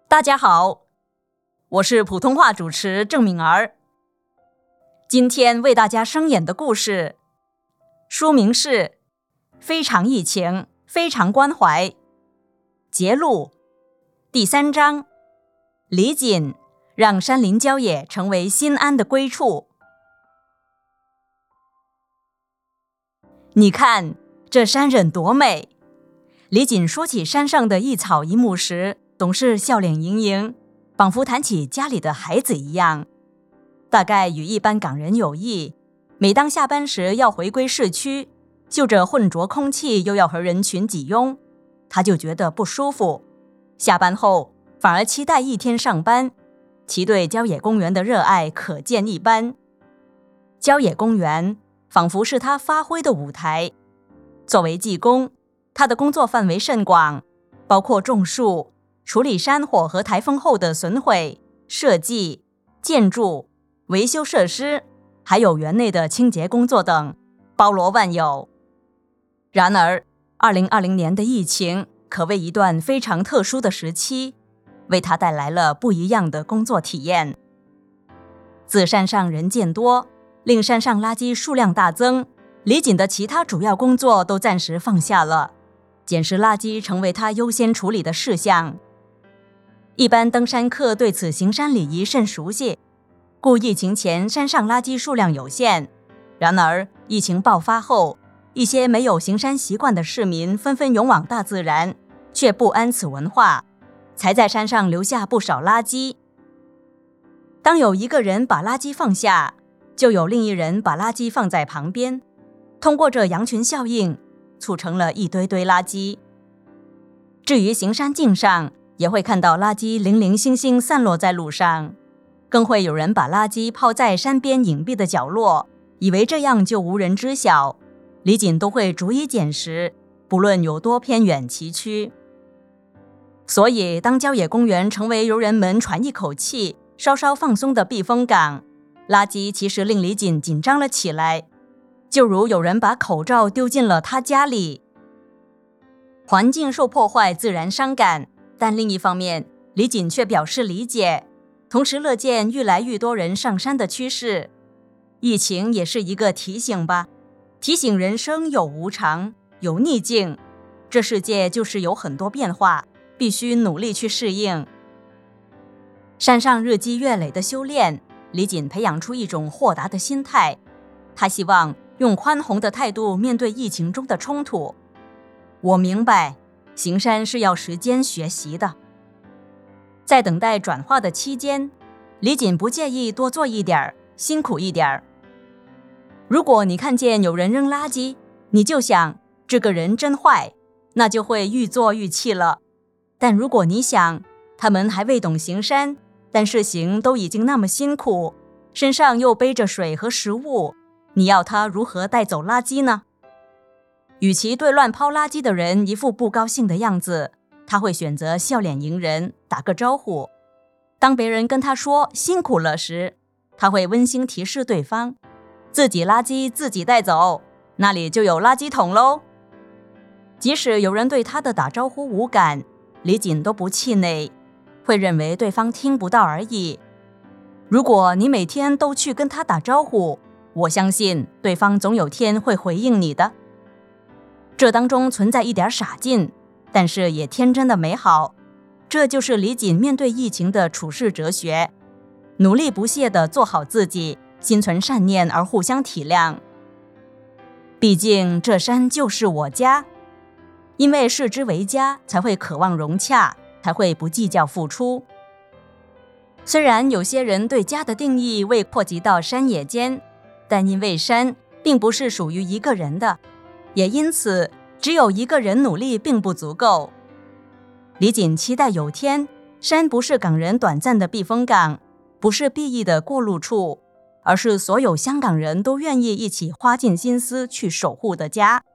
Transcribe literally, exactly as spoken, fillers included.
大家好，我是普通话主持郑敏儿。今天为大家声演的故事，书名是《非常疫情，非常关怀》，节录第三章，李锦让山林郊野成为心安的归处。你看，这山忍多美！李锦说起山上的一草一木时，总是笑脸盈盈，仿佛谈起家里的孩子一样。大概与一般港人有异，每当下班时要回归市区，嗅着混浊空气又要和人群挤拥，他就觉得不舒服。下班后反而期待一天上班，其对郊野公园的热爱可见一斑。郊野公园仿佛是他发挥的舞台。作为技工，他的工作范围甚广，包括种树、处理山火和台风后的损毁、设计、建筑、维修设施，还有园内的清洁工作等，包罗万有。然而二零二零年的疫情可谓一段非常特殊的时期，为他带来了不一样的工作体验。自山上人渐多，令山上垃圾数量大增，李锦的其他主要工作都暂时放下了，捡拾垃圾成为他优先处理的事项。一般登山客对此行山礼仪甚熟悉，故疫情前山上垃圾数量有限。然而疫情爆发后，一些没有行山习惯的市民纷纷涌往大自然，却不谙此文化，才在山上留下不少垃圾。当有一个人把垃圾放下，就有另一人把垃圾放在旁边，通过这羊群效应，促成了一堆堆垃圾。至于行山径上，也会看到垃圾零零星星散落在路上，更会有人把垃圾抛在山边隐蔽的角落，以为这样就无人知晓。李锦都会逐一捡拾，不论有多偏远崎岖。所以当郊野公园成为游人们喘一口气、稍稍放松的避风港，垃圾其实令李锦紧张了起来，就如有人把口罩丢进了他家里。环境受破坏自然伤感，但另一方面，李锦却表示理解，同时乐见愈来愈多人上山的趋势。疫情也是一个提醒吧，提醒人生有无常，有逆境，这世界就是有很多变化，必须努力去适应。山上日积月累的修炼，李锦培养出一种豁达的心态，他希望用宽宏的态度面对疫情中的冲突。我明白，行山是要时间学习的。在等待转化的期间，李锦不介意多做一点，辛苦一点。如果你看见有人扔垃圾，你就想这个人真坏，那就会愈做愈气了。但如果你想他们还未懂行山，但是行都已经那么辛苦，身上又背着水和食物，你要他如何带走垃圾呢？与其对乱抛垃圾的人一副不高兴的样子，他会选择笑脸迎人，打个招呼。当别人跟他说辛苦了时，他会温馨提示对方，自己垃圾自己带走，那里就有垃圾桶喽。即使有人对他的打招呼无感，李锦都不气馁，会认为对方听不到而已。如果你每天都去跟他打招呼，我相信对方总有天会回应你的。这当中存在一点傻劲，但是也天真的美好。这就是李锦面对疫情的处世哲学，努力不懈地做好自己，心存善念而互相体谅。毕竟这山就是我家，因为视之为家，才会渴望融洽，才会不计较付出。虽然有些人对家的定义未扩及到山野间，但因为山并不是属于一个人的，也因此只有一个人努力并不足够。李锦期待有天，山不是港人短暂的避风港，不是避疫的过路处，而是所有香港人都愿意一起花尽心思去守护的家。